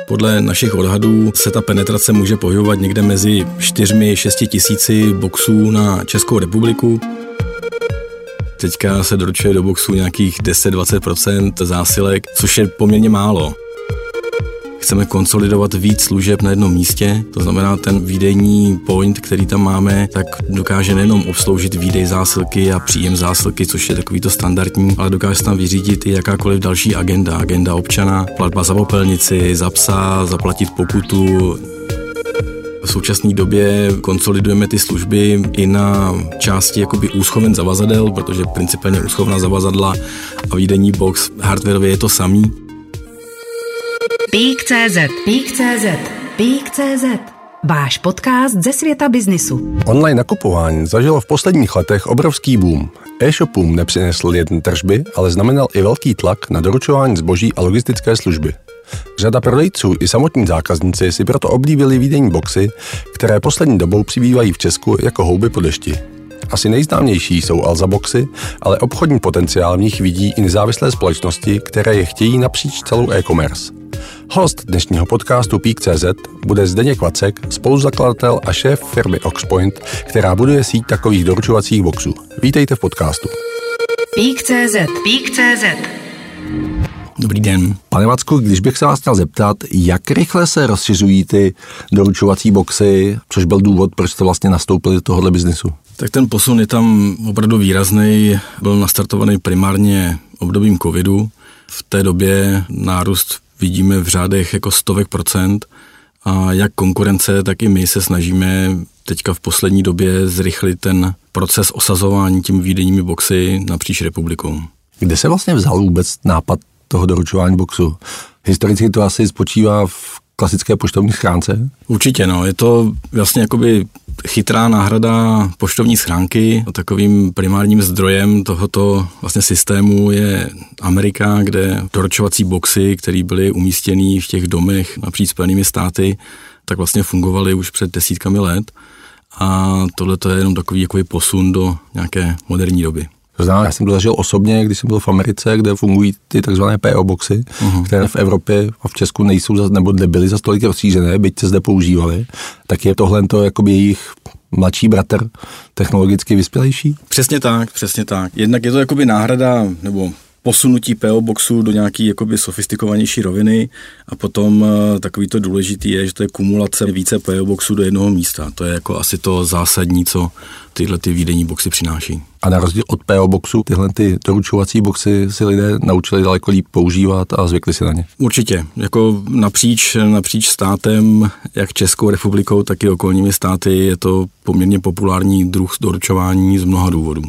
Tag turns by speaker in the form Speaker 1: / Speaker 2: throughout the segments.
Speaker 1: Podle našich odhadů se ta penetrace může pohybovat někde mezi 4-6 tisíci boxů na Českou republiku. Teďka se doručuje do boxu nějakých 10-20% zásilek, což je poměrně málo. Chceme konsolidovat víc služeb na jednom místě, to znamená ten výdejní point, který tam máme, tak dokáže nejenom obsloužit výdej zásilky a příjem zásilky, což je takový to standardní, ale dokáže tam vyřídit i jakákoliv další agenda občana, platba za popelnici, za psa, zaplatit pokutu. V současné době konsolidujeme ty služby i na části jakoby úschoven zavazadel, protože principálně úschovna zavazadla a výdejní box hardwarově je to samý.
Speaker 2: Peak.cz Váš podcast ze světa biznisu.
Speaker 3: Online nakupování zažilo v posledních letech obrovský boom. E-shopům nepřinesl jen tržby, ale znamenal i velký tlak na doručování zboží a logistické služby. Řada prodejců i samotní zákazníci si proto oblíbili výdejní boxy, které poslední dobou přibývají v Česku jako houby po dešti. Asi nejznámější jsou Alza boxy, ale obchodní potenciál v nich vidí i nezávislé společnosti, které je chtějí napříč celou e-commerce. Host dnešního podcastu Peak.cz bude Zdeněk Vacek, spoluzakladatel a šéf firmy Oxpoint, která buduje síť takových doručovacích boxů. Vítejte v podcastu.
Speaker 2: Peak.cz
Speaker 1: Dobrý den.
Speaker 3: Pane Vacku, když bych se vás chtěl zeptat, jak rychle se rozšiřují ty doručovací boxy, což byl důvod, proč jste vlastně nastoupili do tohohle biznisu?
Speaker 1: Tak ten posun je tam opravdu výrazný, byl nastartovaný primárně obdobím covidu. V té době nárůst vidíme v řádech jako stovek procent a jak konkurence, tak i my se snažíme teďka v poslední době zrychlit ten proces osazování tím výdejními boxy napříč republikou.
Speaker 3: Kde se vlastně vzal vůbec nápad toho doručování boxu? Historicky to asi spočívá v klasické poštovní schránce?
Speaker 1: Určitě, no. Je to vlastně jakoby chytrá náhrada poštovní schránky. Takovým primárním zdrojem tohoto vlastně systému je Amerika, kde doručovací boxy, které byly umístěny v těch domech napříč Spojenými státy, tak vlastně fungovaly už před desítkami let. A tohle to je jenom takový jakoby posun do nějaké moderní doby.
Speaker 3: To znamená, já jsem to zažil osobně, když jsem byl v Americe, kde fungují ty takzvané PO boxy, které v Evropě a v Česku nejsou nebo nebyly za tolik rozšířené, byť se zde používaly. Tak je tohle to jakoby jejich mladší bratr, technologicky vyspělejší?
Speaker 1: Přesně tak. Jednak je to jakoby náhrada nebo posunutí PO boxu do nějaký jakoby sofistikovanější roviny a potom takový to důležitý je, že to je kumulace více PO boxů do jednoho místa. To je jako asi to zásadní, co tyhle ty výdejní boxy přináší.
Speaker 3: A na rozdíl od PO boxu, tyhle ty doručovací boxy si lidé naučili daleko líp používat a zvykli si na ně.
Speaker 1: Určitě. Jako napříč státem, jak Českou republikou, tak i okolními státy je to poměrně populární druh doručování z mnoha důvodů.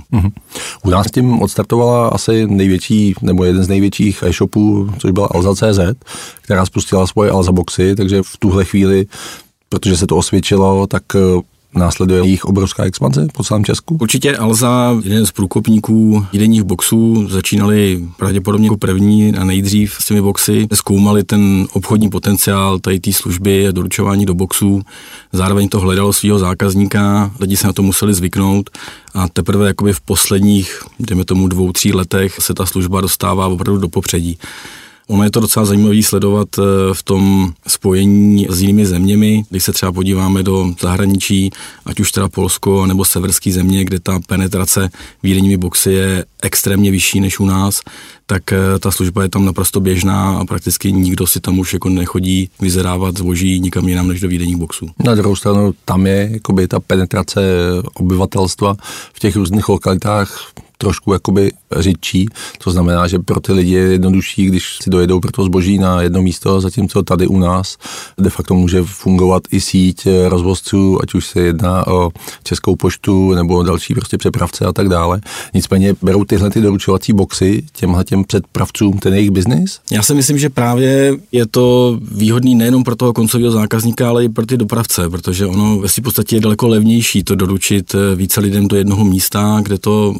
Speaker 3: U nás tím odstartovala asi největší, nebo jeden z největších e-shopů, což byla Alza.cz, která spustila svoje Alza boxy, takže v tuhle chvíli, protože se to osvědčilo, tak následuje jejich obrovská expanze po celém Česku?
Speaker 1: Určitě Alza, jeden z průkopníků výdejních boxů, začínali pravděpodobně jako první a nejdřív s těmi boxy, zkoumali ten obchodní potenciál tady té služby a doručování do boxů, zároveň to hledalo svého zákazníka, lidi se na to museli zvyknout a teprve jakoby v posledních, dejme tomu 2-3 letech se ta služba dostává opravdu do popředí. Ono je to docela zajímavé sledovat v tom spojení s jinými zeměmi, když se třeba podíváme do zahraničí, ať už teda Polsko nebo severské země, kde ta penetrace výdejními boxy je extrémně vyšší než u nás, tak ta služba je tam naprosto běžná a prakticky nikdo si tam už jako nechodí vyzerávat zboží nikam jinam než do výdejních boxů.
Speaker 3: Na druhou stranu tam je jakoby ta penetrace obyvatelstva v těch různých lokalitách trošku jakoby řidčí, to znamená, že pro ty lidi je jednodušší, když si dojedou pro to zboží na jedno místo, zatímco tady u nás de facto může fungovat i síť rozvozců, ať už se jedná o Českou poštu nebo další prostě přepravce a tak dále. Nicméně berou tyhle ty doručovací boxy těm přepravcům ten jejich biznis?
Speaker 1: Já si myslím, že právě je to výhodný nejenom pro toho koncového zákazníka, ale i pro ty dopravce, protože ono ve svým podstatě je daleko levnější to doručit více lidem do jednoho místa, kde to do těch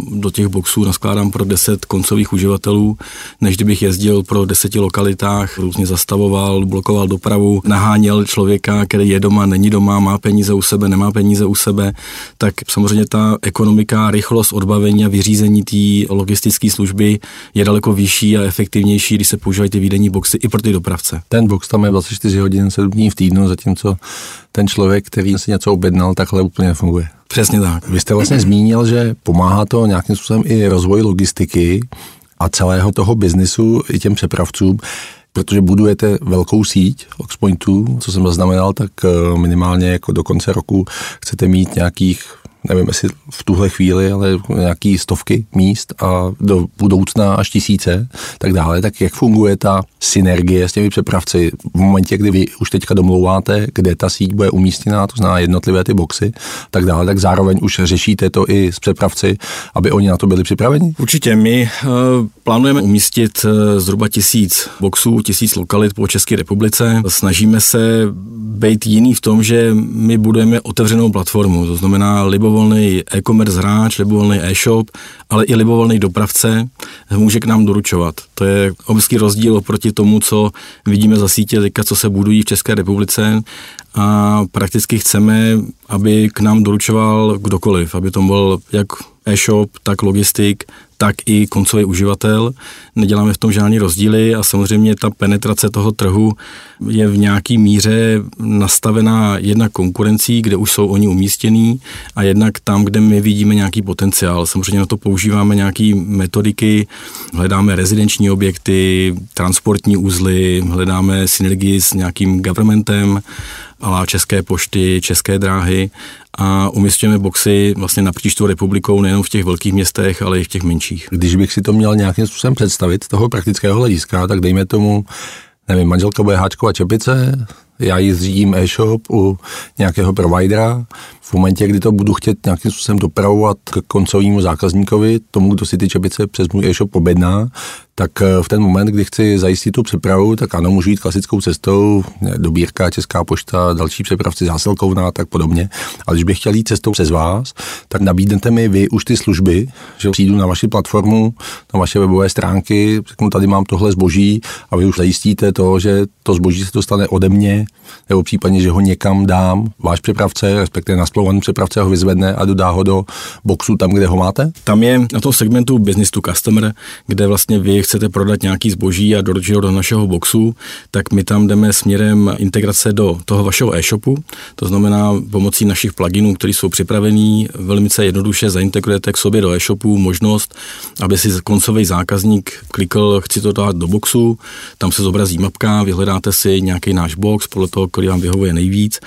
Speaker 1: těch boxů naskládám pro 10 koncových uživatelů, než kdybych jezdil pro 10 lokalitách, různě zastavoval, blokoval dopravu, naháněl člověka, který je doma, není doma, má peníze u sebe, nemá peníze u sebe, tak samozřejmě ta ekonomika, rychlost odbavení a vyřízení té logistické služby je daleko vyšší a efektivnější, když se používají ty výdejní boxy i pro ty dopravce.
Speaker 3: Ten box tam je 24 hodin, 7 dní v týdnu, zatímco ten člověk, který si něco objednal, takhle úplně nefunguje.
Speaker 1: Přesně tak.
Speaker 3: Vy jste vlastně zmínil, že pomáhá to nějakým způsobem i rozvoji logistiky a celého toho biznisu i těm přepravcům, protože budujete velkou síť LoxPointů, co jsem zaznamenal, tak minimálně jako do konce roku chcete mít nějakých, nevím jestli v tuhle chvíli, ale nějaký stovky míst a do budoucna až 1000, tak dále. Tak jak funguje ta synergie s těmi přepravci v momentě, kdy vy už teďka domlouváte, kde ta síť bude umístěná, to znamená jednotlivé ty boxy, tak dále, tak zároveň už řešíte to i s přepravci, aby oni na to byli připraveni?
Speaker 1: Určitě, my plánujeme umístit zhruba 1000 boxů, 1000 lokalit po České republice. Snažíme se být jiný v tom, že my budujeme otevřenou platformu, to znamená libovolný e-commerce hráč, libovolný e-shop, ale i libovolný dopravce může k nám doručovat. To je obrovský rozdíl oproti tomu, co vidíme za sítě teďka, co se budují v České republice, a prakticky chceme, aby k nám doručoval kdokoliv, aby to byl jak e-shop, tak logistik, tak i koncový uživatel. Neděláme v tom žádný rozdíly a samozřejmě ta penetrace toho trhu je v nějaký míře nastavená jednak konkurencí, kde už jsou oni umístění, a jednak tam, kde my vidíme nějaký potenciál. Samozřejmě na to používáme nějaké metodiky, hledáme rezidenční objekty, transportní uzly, hledáme synergii s nějakým governmentem, ale České pošty, České dráhy, a umísťujeme boxy vlastně napříč tou republikou, nejenom v těch velkých městech, ale i v těch menších.
Speaker 3: Když bych si to měl nějakým způsobem představit z toho praktického hlediska, tak dejme tomu, nevím, manželka bude háčkovat čepice, já ji zřídím e-shop u nějakého providera. V momentě, kdy to budu chtět nějakým způsobem dopravovat k koncovému zákazníkovi, tomu, kdo si ty čepice přes můj e-shop objedná, tak v ten moment, kdy chci zajistit tu přepravu, tak ano, můžu jít klasickou cestou, dobírka, Česká pošta, další přepravci, zásilkovna a tak podobně. Ale když bych chtěl jít cestou přes vás, tak nabídnete mi vy už ty služby, že přijdu na vaši platformu, na vaše webové stránky, řeknu, tady mám tohle zboží a vy už zajistíte to, že to zboží se dostane ode mě, nebo případně, že ho někam dám, váš přepravce, respektive nasplouvaný přepravce ho vyzvedne a dodá ho do boxu tam, kde ho máte?
Speaker 1: Tam je na tom segmentu business to customer, kde vlastně vy chcete prodat nějaký zboží a doručit ho do našeho boxu, tak my tam jdeme směrem integrace do toho vašeho e-shopu. To znamená, pomocí našich pluginů, které jsou připravený, velmi jednoduše zaintegrujete k sobě do e-shopu možnost, aby si koncový zákazník klikl, chci to dát do boxu, tam se zobrazí mapka, vyhledáte si nějaký náš box, podle toho, který vám vyhovuje nejvíc,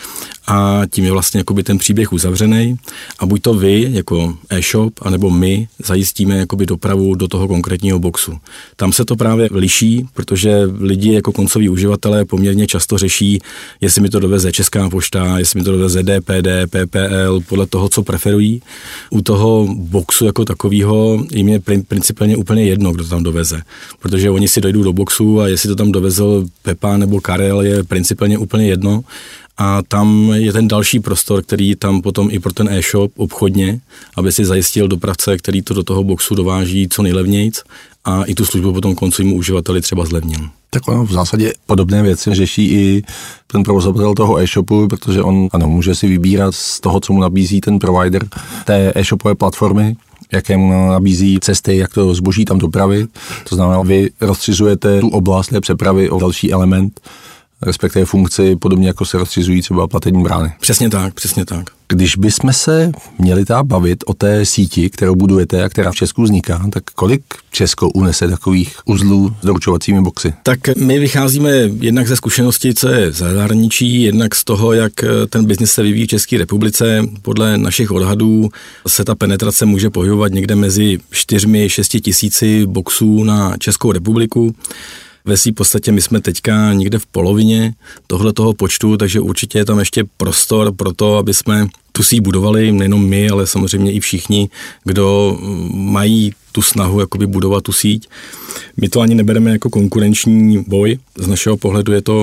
Speaker 1: a tím je vlastně jakoby ten příběh uzavřený, a buď to vy jako e-shop, anebo my zajistíme jakoby dopravu do toho konkrétního boxu. Tam se to právě liší, protože lidi jako koncoví uživatelé poměrně často řeší, jestli mi to doveze Česká pošta, jestli mi to doveze DPD, PPL, podle toho, co preferují. U toho boxu jako takového jim je principálně úplně jedno, kdo to tam doveze, protože oni si dojdou do boxu a jestli to tam dovezl Pepa nebo Karel, je principálně úplně jedno. A tam je ten další prostor, který tam potom i pro ten e-shop obchodně, aby si zajistil dopravce, který to do toho boxu dováží co nejlevnějc, a i tu službu potom koncovému uživateli třeba zlevnil.
Speaker 3: Tak ono v zásadě podobné věci řeší i ten provozovatel toho e-shopu, protože on ano, může si vybírat z toho, co mu nabízí ten provider té e-shopové platformy, jaké mu nabízí cesty, jak to zboží tam dopravit. To znamená, vy rozšiřujete tu oblast té přepravy o další element, respektive funkci, podobně jako se rozšiřují třeba platební brány.
Speaker 1: Přesně tak, přesně tak.
Speaker 3: Když bychom se měli bavit o té síti, kterou budujete a která v Česku vzniká, tak kolik Česko unese takových uzlů s doručovacími boxy?
Speaker 1: Tak my vycházíme jednak ze zkušenosti, co je zahraničí, jednak z toho, jak ten biznis se vyvíjí v České republice. Podle našich odhadů se ta penetrace může pohybovat někde mezi 4-6 tisíci boxů na Českou republiku. Ve svým podstatě my jsme teďka někde v polovině tohletoho počtu, takže určitě je tam ještě prostor pro to, aby jsme tu síť budovali, nejenom my, ale samozřejmě i všichni, kdo mají tu snahu jakoby budovat tu síť. My to ani nebereme jako konkurenční boj. Z našeho pohledu je to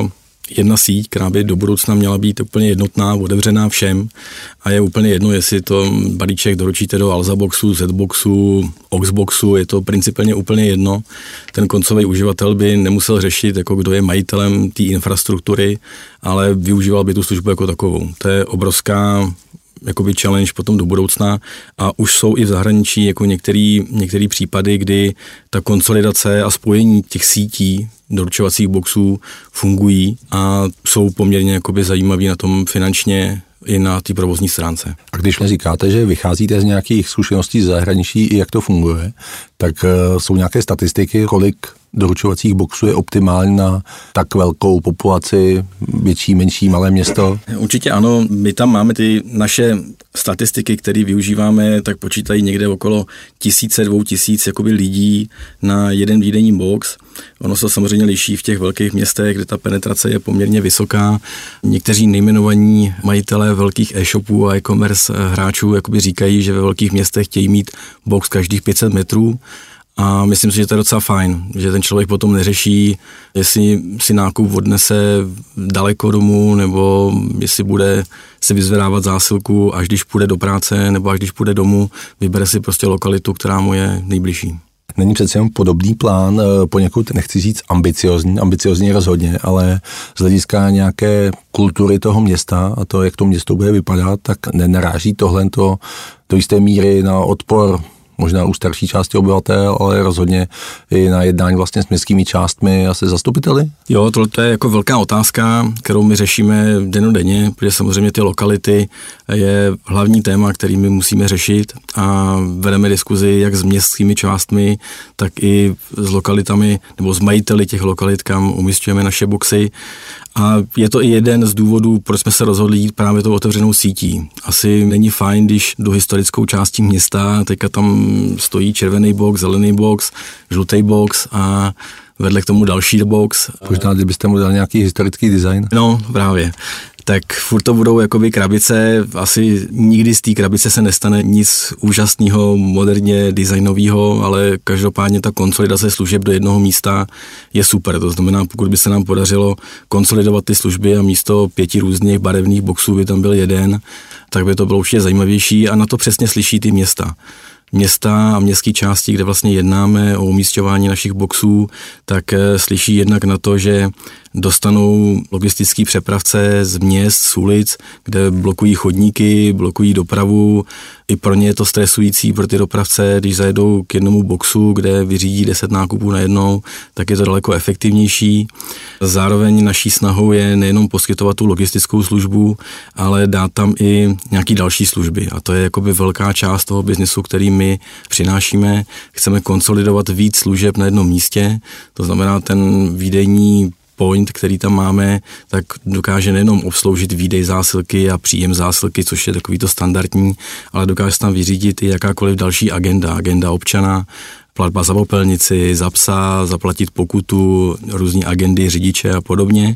Speaker 1: jedna síť, která by do budoucna měla být úplně jednotná, otevřená všem a je úplně jedno, jestli to balíček doručíte do Alzaboxu, Zboxu, Oxboxu, je to principiálně úplně jedno. Ten koncový uživatel by nemusel řešit, jako kdo je majitelem té infrastruktury, ale využíval by tu službu jako takovou. To je obrovská jakoby challenge potom do budoucna a už jsou i v zahraničí jako některé případy, kdy ta konsolidace a spojení těch sítí doručovacích boxů fungují a jsou poměrně jakoby zajímavý na tom finančně i na té provozní stránce.
Speaker 3: A když mi říkáte, že vycházíte z nějakých zkušeností z zahraničí i jak to funguje, tak jsou nějaké statistiky, kolik doručovacích boxů je optimální na tak velkou populaci, větší, menší, malé město?
Speaker 1: Určitě ano, my tam máme ty naše statistiky, které využíváme, tak počítají někde okolo 1000-2000 jakoby lidí na jeden výdejní box. Ono se samozřejmě liší v těch velkých městech, kde ta penetrace je poměrně vysoká. Někteří nejmenovaní majitelé velkých e-shopů a e-commerce hráčů jakoby říkají, že ve velkých městech chtějí mít box každých 500 metrů. A myslím si, že to je docela fajn, že ten člověk potom neřeší, jestli si nákup odnese daleko domů, nebo jestli bude si vyzvedávat zásilku, až když půjde do práce, nebo až když půjde domů, vybere si prostě lokalitu, která mu je nejbližší.
Speaker 3: Není přece jen podobný plán, poněkud nechci říct ambiciozní rozhodně, ale z hlediska nějaké kultury toho města a to, jak to město bude vypadat, tak nenaráží tohle do jisté míry na odpor možná u starší části obyvatel, ale rozhodně i na jednání vlastně s městskými částmi a se zastupiteli?
Speaker 1: Jo, tohle je jako velká otázka, kterou my řešíme dennodenně, protože samozřejmě ty lokality je hlavní téma, který my musíme řešit a vedeme diskuzi jak s městskými částmi, tak i s lokalitami nebo s majiteli těch lokalit, kam umísťujeme naše boxy. A je to i jeden z důvodů, proč jsme se rozhodli jít právě tou otevřenou sítí. Asi není fajn, když jdu historickou částí města, teďka tam stojí červený box, zelený box, žlutý box a vedle k tomu další box.
Speaker 3: Možná, kdybyste mu dal nějaký historický design?
Speaker 1: No, právě. Tak furt to budou jakoby krabice, asi nikdy z té krabice se nestane nic úžasného, moderně designového, ale každopádně ta konsolidace služeb do jednoho místa je super. To znamená, pokud by se nám podařilo konsolidovat ty služby a místo 5 různých barevných boxů by tam byl jeden, tak by to bylo určitě zajímavější a na to přesně slyší ty města. Města a městské části, kde vlastně jednáme o umísťování našich boxů, tak slyší jednak na to, že dostanou logistický přepravce z měst, z ulic, kde blokují chodníky, blokují dopravu. I pro ně je to stresující, pro ty dopravce, když zajedou k jednomu boxu, kde vyřídí 10 nákupů najednou, tak je to daleko efektivnější. Zároveň naší snahou je nejenom poskytovat tu logistickou službu, ale dát tam i nějaký další služby. A to je jakoby velká část toho biznesu, který my přinášíme. Chceme konsolidovat víc služeb na jednom místě, to znamená ten výdejní point, který tam máme, tak dokáže nejenom obsloužit výdej zásilky a příjem zásilky, což je takový to standardní, ale dokáže tam vyřídit i jakákoliv další agenda občana, platba za popelnici, za psa, zaplatit pokutu, různé agendy řidiče a podobně.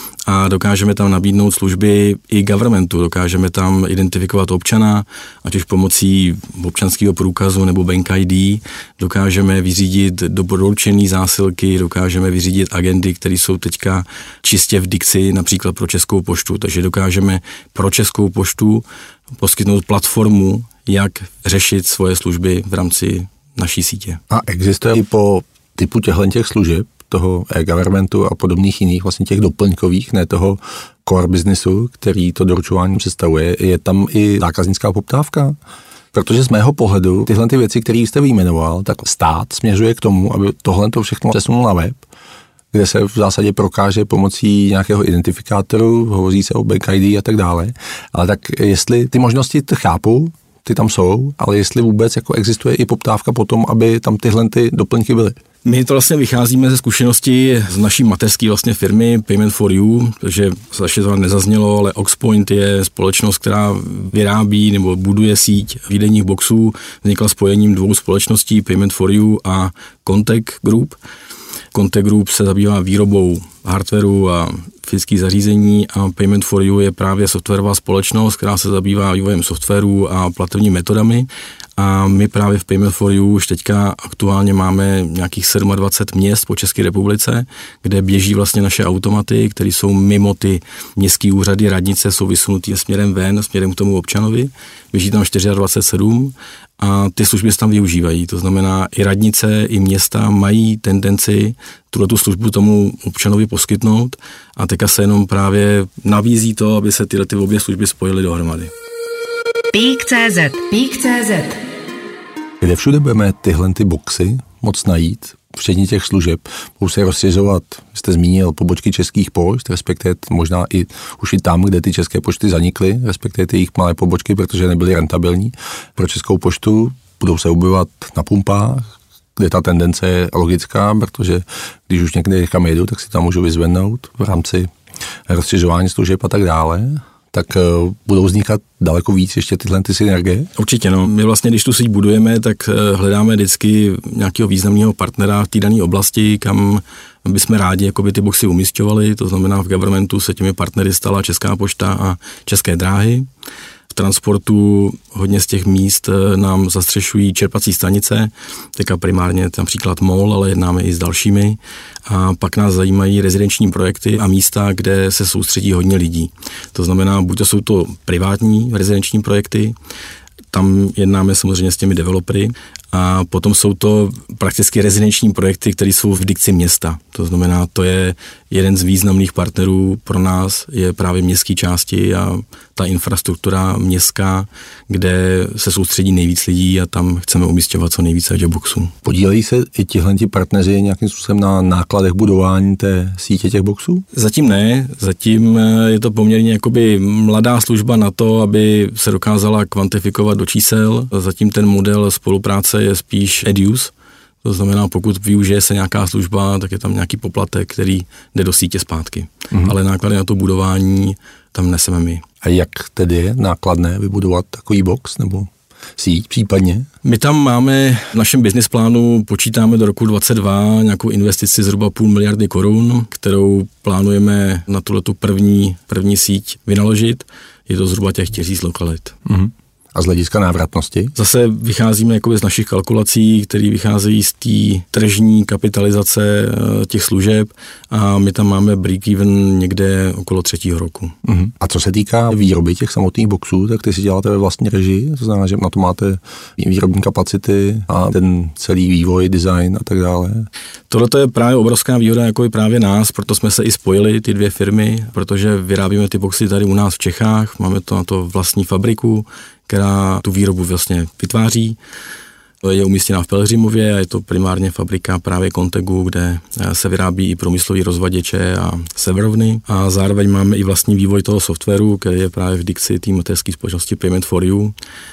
Speaker 1: A dokážeme tam nabídnout služby i governmentu, dokážeme tam identifikovat občana, ať už pomocí občanského průkazu nebo Bank ID, dokážeme vyřídit doporučené zásilky, dokážeme vyřídit agendy, které jsou teďka čistě v dikci, například pro Českou poštu, takže dokážeme pro Českou poštu poskytnout platformu, jak řešit svoje služby v rámci naší sítě.
Speaker 3: A existuje i po typu těch služeb, toho e-governmentu a podobných jiných, vlastně těch doplňkových, ne toho core businessu, který to doručování představuje, je tam i zákaznická poptávka? Protože z mého pohledu tyhle ty věci, které jste vyjmenoval, tak stát směřuje k tomu, aby tohle to všechno přesunul na web, kde se v zásadě prokáže pomocí nějakého identifikátoru, hovoří se o Bank ID a tak dále. Ale tak jestli ty možnosti chápu, ty tam jsou, ale jestli vůbec jako existuje i poptávka potom, aby tam tyhle ty doplňky byly.
Speaker 1: My to vlastně vycházíme ze zkušenosti z naší mateřské vlastně firmy Payment for You, protože ještě to nezaznělo, ale Oxpoint je společnost, která vyrábí nebo buduje síť výdejních boxů. Vznikla spojením 2 společností, Payment for You a Contact Group. Contact Group se zabývá výrobou hardwaru a fyzických zařízení a Payment for You je právě softwarová společnost, která se zabývá vývojem softwaru a platebními metodami. A my právě v Payment for You už teďka aktuálně máme nějakých 27 měst po České republice, kde běží vlastně naše automaty, které jsou mimo ty městské úřady, radnice, jsou vysunutý směrem ven, směrem k tomu občanovi. Běží tam 24/7 a ty služby se tam využívají. To znamená, i radnice, i města mají tendenci tu službu tomu občanovi poskytnout a teďka se jenom právě nabízí to, aby se tyhle obě služby spojily dohromady.
Speaker 2: Peak.cz
Speaker 3: Kde všude budeme tyhle boxy moc najít, včetně těch služeb, budou se rozšiřovat, jste zmínil, pobočky Českých pošt, respektive možná i už i tam, kde ty České pošty zanikly, respektive ty jejich malé pobočky, protože nebyly rentabilní pro Českou poštu, budou se objevovat na pumpách, kde ta tendence je logická, protože když už někde někam jedu, tak si tam můžu vyzvednout v rámci rozšiřování služeb a tak dále. Tak budou vznikat daleko víc ještě tyhle synergie?
Speaker 1: Určitě, no. My vlastně, když tu síť budujeme, tak hledáme vždycky nějakého významného partnera v té dané oblasti, kam bychom rádi jakoby ty boxy umisťovali. To znamená, v governmentu se těmi partnery stala Česká pošta a České dráhy. V transportu hodně z těch míst nám zastřešují čerpací stanice, teďka primárně například MOL, ale jednáme i s dalšími. A pak nás zajímají rezidenční projekty a místa, kde se soustředí hodně lidí. To znamená, buď to jsou to privátní rezidenční projekty, tam jednáme samozřejmě s těmi developery, a potom jsou to prakticky rezidenční projekty, které jsou v dikci města. To znamená, to je jeden z významných partnerů pro nás, je právě městské části a ta infrastruktura městská, kde se soustředí nejvíc lidí a tam chceme umisťovat co nejvíce jobboxů.
Speaker 3: Podílejí se i tihle partneři nějakým způsobem na nákladech budování té sítě těch boxů?
Speaker 1: Zatím ne, zatím je to poměrně jakoby mladá služba na to, aby se dokázala kvantifikovat do čísel. Zatím ten model spolupráce je spíš ad-use, to znamená, pokud využije se nějaká služba, tak je tam nějaký poplatek, který jde do sítě zpátky. Ale náklady na to budování tam neseme my.
Speaker 3: A jak tedy je nákladné vybudovat takový box nebo síť případně?
Speaker 1: My tam máme v našem business plánu, počítáme do roku 2022 nějakou investici zhruba 500 miliardy korun, kterou plánujeme na tuhletu první síť vynaložit. Je to zhruba těch 1000 lokalit.
Speaker 3: A z hlediska návratnosti?
Speaker 1: Zase vycházíme jakoby z našich kalkulací, které vycházejí z té tržní kapitalizace těch služeb a my tam máme break-even někde okolo 3. roku.
Speaker 3: A co se týká výroby těch samotných boxů, tak ty si děláte ve vlastní režii, to znamená, že na to máte výrobní kapacity a ten celý vývoj, design a tak dále.
Speaker 1: Tohle je právě obrovská výhoda jako právě nás, proto jsme se i spojili, ty dvě firmy, protože vyrábíme ty boxy tady u nás v Čechách, máme to na to vlastní fabriku, která tu výrobu vlastně vytváří. Je umístěná v Pelhřimově a je to primárně fabrika právě Contegu, kde se vyrábí i průmyslový rozvaděče a severovny. A zároveň máme i vlastní vývoj toho softwaru, který je právě v dikci té mateřské společnosti Payment for You.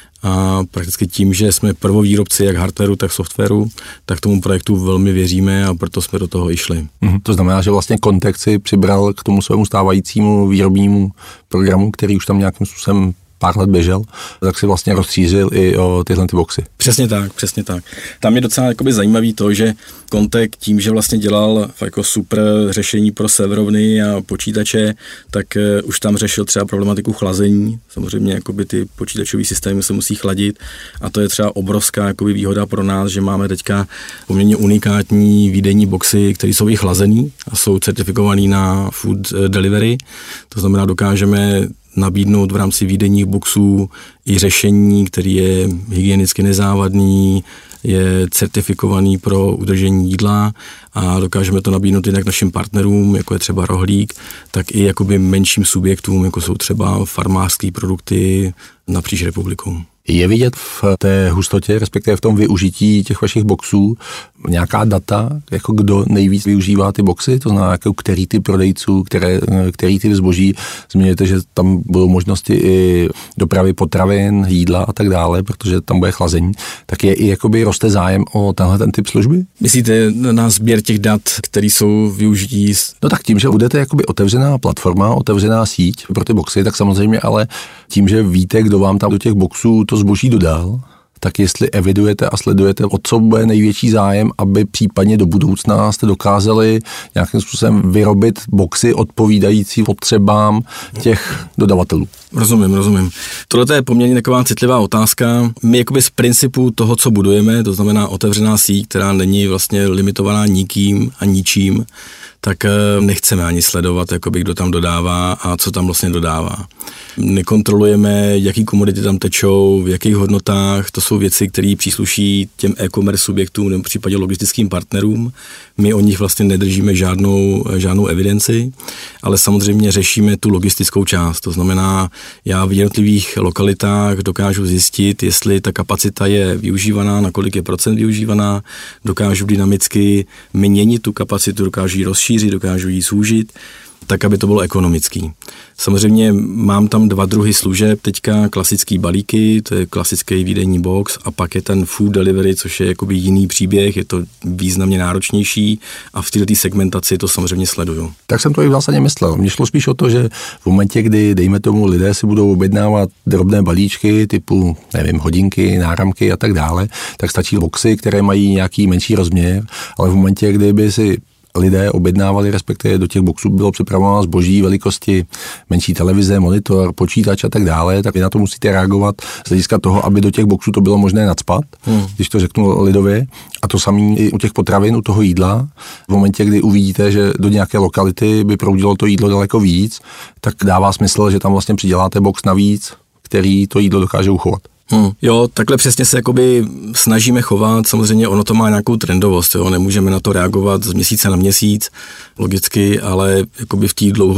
Speaker 1: A prakticky tím, že jsme prvovýrobci jak hardwaru, tak softwaru, tak tomu projektu velmi věříme a proto jsme do toho i šli.
Speaker 3: To znamená, že vlastně Conteg si přibral k tomu svému stávajícímu výrobnímu programu, který už tam nějakým způsobem pár let běžel, tak si vlastně rozšířil i o tyhle ty boxy.
Speaker 1: Přesně tak. Tam je docela jakoby zajímavý to, že Conteg tím, že vlastně dělal jako super řešení pro severovny a počítače, tak už tam řešil třeba problematiku chlazení. Samozřejmě jakoby ty počítačové systémy se musí chladit a to je třeba obrovská jakoby výhoda pro nás, že máme teďka poměrně unikátní výdejní boxy, které jsou i chlazený a jsou certifikovaný na food delivery. To znamená, dokážeme nabídnout v rámci výdejních boxů i řešení, který je hygienicky nezávadný, je certifikovaný pro udržení jídla a dokážeme to nabídnout jednak našim partnerům, jako je třeba Rohlík, tak i jakoby menším subjektům, jako jsou třeba farmářské produkty napříč republikou.
Speaker 3: Je vidět v té hustotě, respektive v tom využití těch vašich boxů nějaká data, jako kdo nejvíc využívá ty boxy, to znamená, jako který typ prodejců, který typ zboží, zmiňujete, že tam budou možnosti i dopravy potravin, jídla a tak dále, protože tam bude chlazení, tak je i jakoby roste zájem o tenhle ten typ služby?
Speaker 1: Myslíte na sběr těch dat, které jsou využití?
Speaker 3: No tak tím, že budete jakoby otevřená platforma, otevřená síť pro ty boxy, tak samozřejmě ale tím, že víte, kdo vám tam do těch boxů to zboží dodal, tak jestli evidujete a sledujete, o co bude největší zájem, aby případně do budoucna jste dokázali nějakým způsobem vyrobit boxy odpovídající potřebám těch dodavatelů.
Speaker 1: Rozumím. Tohle je poměrně taková citlivá otázka. My jakoby z principu toho, co budujeme, to znamená otevřená síť, která není vlastně limitovaná nikým a ničím, tak nechceme ani sledovat, jakoby, kdo tam dodává a co tam vlastně dodává. Nekontrolujeme, jaký komodity tam tečou, v jakých hodnotách, to jsou věci, které přísluší těm e-commerce subjektům nebo v případě logistickým partnerům. My o nich vlastně nedržíme žádnou evidenci, ale samozřejmě řešíme tu logistickou část. To znamená, já v jednotlivých lokalitách dokážu zjistit, jestli ta kapacita je využívaná, na kolik je procent využívaná, dokážu dynamicky měnit tu kapacitu, dokážu ji rozšířit, dokážu ji zúžit, tak, aby to bylo ekonomický. Samozřejmě mám tam 2 druhy služeb, teďka klasický balíky, to je klasický výdejní box a pak je ten food delivery, což je jakoby jiný příběh, je to významně náročnější a v této segmentaci to samozřejmě sleduju.
Speaker 3: Tak jsem to i v zásadě myslel. Mně šlo spíš o to, že v momentě, kdy, dejme tomu, lidé si budou objednávat drobné balíčky typu, nevím, hodinky, náramky a tak dále, tak stačí boxy, které mají nějaký menší rozměr, ale v momentě, kdyby si lidé objednávali, respektive do těch boxů bylo připravováno zboží velikosti menší televize, monitor, počítač a tak dále, tak vy na to musíte reagovat z hlediska toho, aby do těch boxů to bylo možné nacpat, když to řeknu lidově. A to samé i u těch potravin, u toho jídla. V momentě, kdy uvidíte, že do nějaké lokality by proudilo to jídlo daleko víc, tak dává smysl, že tam vlastně přiděláte box navíc, který to jídlo dokáže uchovat.
Speaker 1: Jo, takhle přesně se jakoby snažíme chovat, samozřejmě ono to má nějakou trendovost, jo, nemůžeme na to reagovat z měsíce na měsíc, logicky, ale jakoby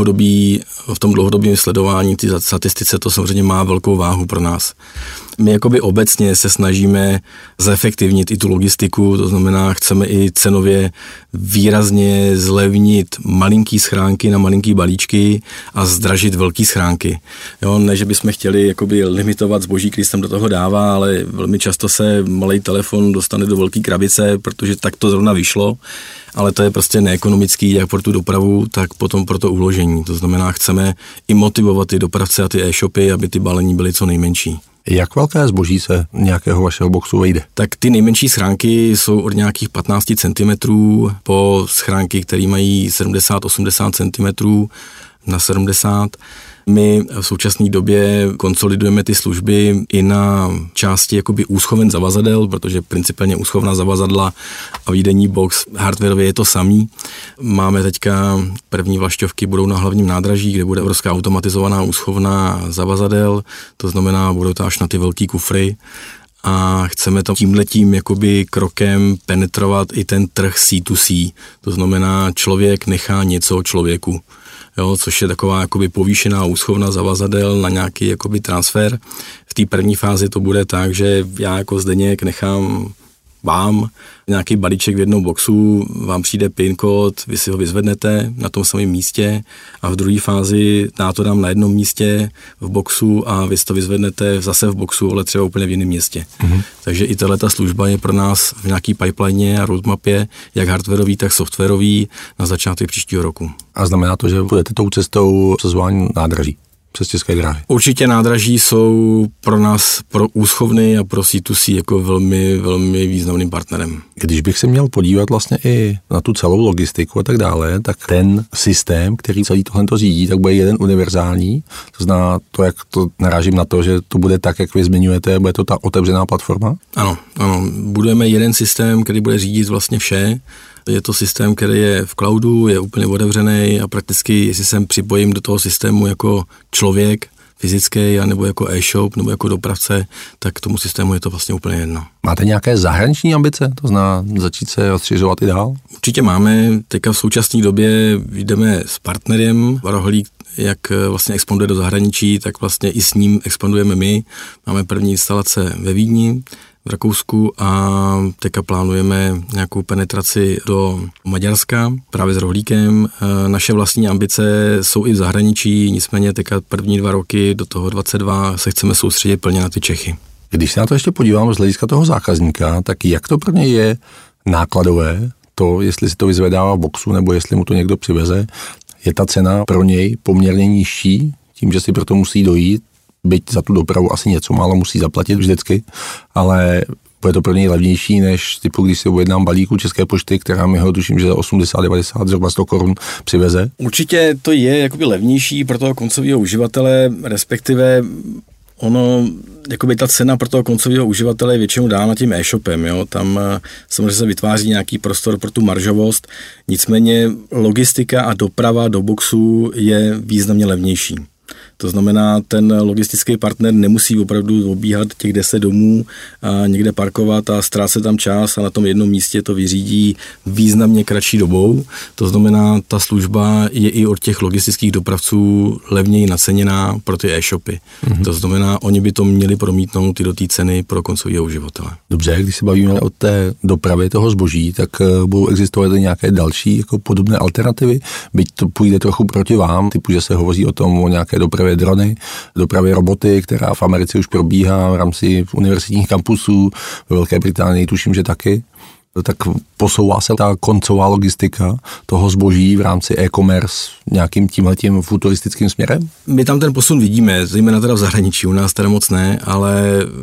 Speaker 1: v tom dlouhodobém sledování ty statistice to samozřejmě má velkou váhu pro nás. My jakoby obecně se snažíme zefektivnit i tu logistiku, to znamená, chceme i cenově výrazně zlevnit malinký schránky na malinký balíčky a zdražit velký schránky. Jo, ne, že bychom chtěli jakoby limitovat zboží, který se tam do toho dává, ale velmi často se malý telefon dostane do velké krabice, protože tak to zrovna vyšlo, ale to je prostě neekonomický jak pro tu dopravu, tak potom pro to uložení. To znamená, chceme i motivovat ty dopravce a ty e-shopy, aby ty balení byly co nejmenší.
Speaker 3: Jak velké zboží se nějakého vašeho boxu vejde?
Speaker 1: Tak ty nejmenší schránky jsou od nějakých 15 cm po schránky, které mají 70-80 cm na 70. My v současné době konsolidujeme ty služby i na části jakoby úschoven zavazadel, protože principálně úschovna zavazadla a výdejní box hardwarově je to samý. Máme teďka první vlašťovky budou na hlavním nádraží, kde bude obrovská automatizovaná úschovna zavazadel, to znamená, budou to až na ty velký kufry. A chceme to tímhletím jakoby krokem penetrovat i ten trh C2C, to znamená, člověk nechá něco člověku. Jo, což je taková jakoby povýšená úschovna zavazadel na nějaký jakoby transfer. V té první fázi to bude tak, že já jako Zdeněk nechám vám nějaký balíček v jednom boxu, vám přijde PIN kód, vy si ho vyzvednete na tom samém místě a v druhé fázi já to dám na jednom místě v boxu a vy si to vyzvednete zase v boxu, ale třeba úplně v jiném městě. Takže i tato služba je pro nás v nějaký pipeline a roadmapě, jak hardwarový, tak softwarový na začátek příštího roku.
Speaker 3: A znamená to, že budete tou cestou přesování nádraží přes České dráhy?
Speaker 1: Určitě nádraží jsou pro nás, pro úschovny a pro C2C jako velmi, velmi významným partnerem.
Speaker 3: Když bych se měl podívat vlastně i na tu celou logistiku a tak dále, tak ten systém, který celý tohle řídí, tak bude jeden univerzální. To znamená to, jak to narážím na to, že to bude tak, jak vy zmiňujete, bude to ta otevřená platforma?
Speaker 1: Ano. Budujeme jeden systém, který bude řídit vlastně vše. Je to systém, který je v cloudu, je úplně otevřený a prakticky, jestli se připojím do toho systému jako člověk fyzický, nebo jako e-shop, nebo jako dopravce, tak tomu systému je to vlastně úplně jedno.
Speaker 3: Máte nějaké zahraniční ambice? To znamená začít se rozšiřovat i dál?
Speaker 1: Určitě máme. Teďka v současné době jdeme s partnerem Rohlík, jak vlastně expanduje do zahraničí, tak vlastně i s ním expandujeme my. Máme první instalace ve Vídni, v Rakousku a teďka plánujeme nějakou penetraci do Maďarska právě s Rohlíkem. Naše vlastní ambice jsou i v zahraničí, nicméně teďka první 2 roky do toho 22 se chceme soustředit plně na ty Čechy.
Speaker 3: Když se na to ještě podívám z hlediska toho zákazníka, tak jak to pro něj je nákladové, to, jestli si to vyzvedává v boxu nebo jestli mu to někdo přiveze, je ta cena pro něj poměrně nižší, tím, že si proto musí dojít, byť za tu dopravu asi něco málo musí zaplatit vždycky, ale bude to pro něj levnější, než typu, když si objednám balíku České pošty, která mi ho tuším, že za 80-90, zhruba 100 korun přiveze.
Speaker 1: Určitě to je jakoby levnější pro toho koncového uživatele, respektive ono, jakoby ta cena pro toho koncového uživatele je většinou dána tím e-shopem, jo? Tam samozřejmě se vytváří nějaký prostor pro tu maržovost, nicméně logistika a doprava do boxu je významně levnější. To znamená, ten logistický partner nemusí opravdu obíhat těch 10 domů a někde parkovat a ztrácet tam čas a na tom jednom místě to vyřídí významně kratší dobou. To znamená, ta služba je i od těch logistických dopravců levněji naceněná pro ty e-shopy. To znamená, oni by to měli promítnout i do té ceny pro koncového uživatele.
Speaker 3: Dobře, když se bavíme o té dopravě toho zboží, tak budou existovat nějaké další jako podobné alternativy, byť to půjde trochu proti vám, typu, že se hovoří o nějaké dopravě drony, dopravě roboty, která v Americe už probíhá v rámci univerzitních kampusů, ve Velké Británii tuším, že taky. Tak posouvá se ta koncová logistika toho zboží v rámci e-commerce nějakým tímhletím futuristickým směrem?
Speaker 1: My tam ten posun vidíme, zejména teda v zahraničí, u nás teda moc ne, ale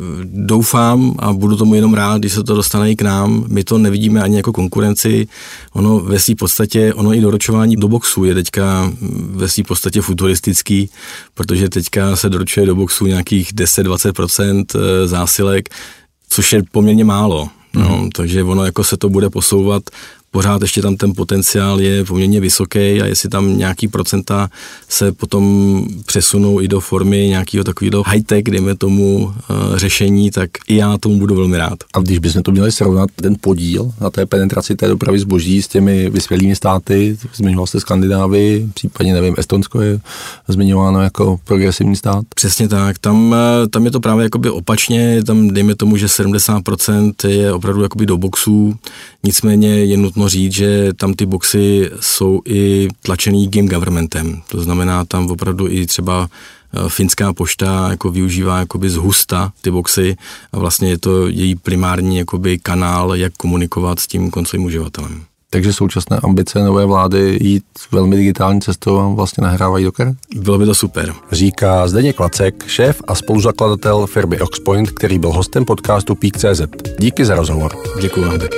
Speaker 1: doufám a budu tomu jenom rád, když se to dostane i k nám. My to nevidíme ani jako konkurenci, ono ve svý podstatě, ono i doručování do boxu je teďka ve svý podstatě futuristický, protože teďka se doručuje do boxu nějakých 10-20% zásilek, což je poměrně málo. No, takže ono jako se to bude posouvat, pořád ještě tam ten potenciál je poměrně vysoký a jestli tam nějaký procenta se potom přesunou i do formy nějakého takového high-tech, dejme tomu řešení, tak i já tomu budu velmi rád.
Speaker 3: A když bychom to měli srovnat, ten podíl na té penetraci té dopravy zboží s těmi vyspělými státy, zmiňoval jste Skandinávii, případně nevím, Estonsko je zmiňováno jako progresivní stát?
Speaker 1: Přesně tak, tam je to právě jakoby opačně, tam dejme tomu, že 70% je opravdu jakoby do boxů, nicméně je nutno říct, že tam ty boxy jsou i tlačený game governmentem. To znamená, tam opravdu i třeba finská pošta jako využívá jakoby zhusta ty boxy a vlastně je to její primární jakoby kanál, jak komunikovat s tím koncovým uživatelem.
Speaker 3: Takže současné ambice nové vlády jít velmi digitální cestou vám vlastně nahrávají do karet?
Speaker 1: Bylo by to super. Říká
Speaker 3: Zdeněk Lacek, šéf a spoluzakladatel firmy Oxpoint, který byl hostem podcastu Peak.cz. Díky za rozhovor.
Speaker 1: Děkuji vám taky.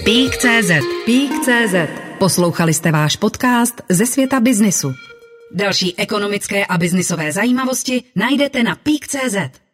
Speaker 2: Peak.cz. Poslouchali jste váš podcast ze světa biznisu. Další ekonomické a biznisové zajímavosti najdete na Peak.cz.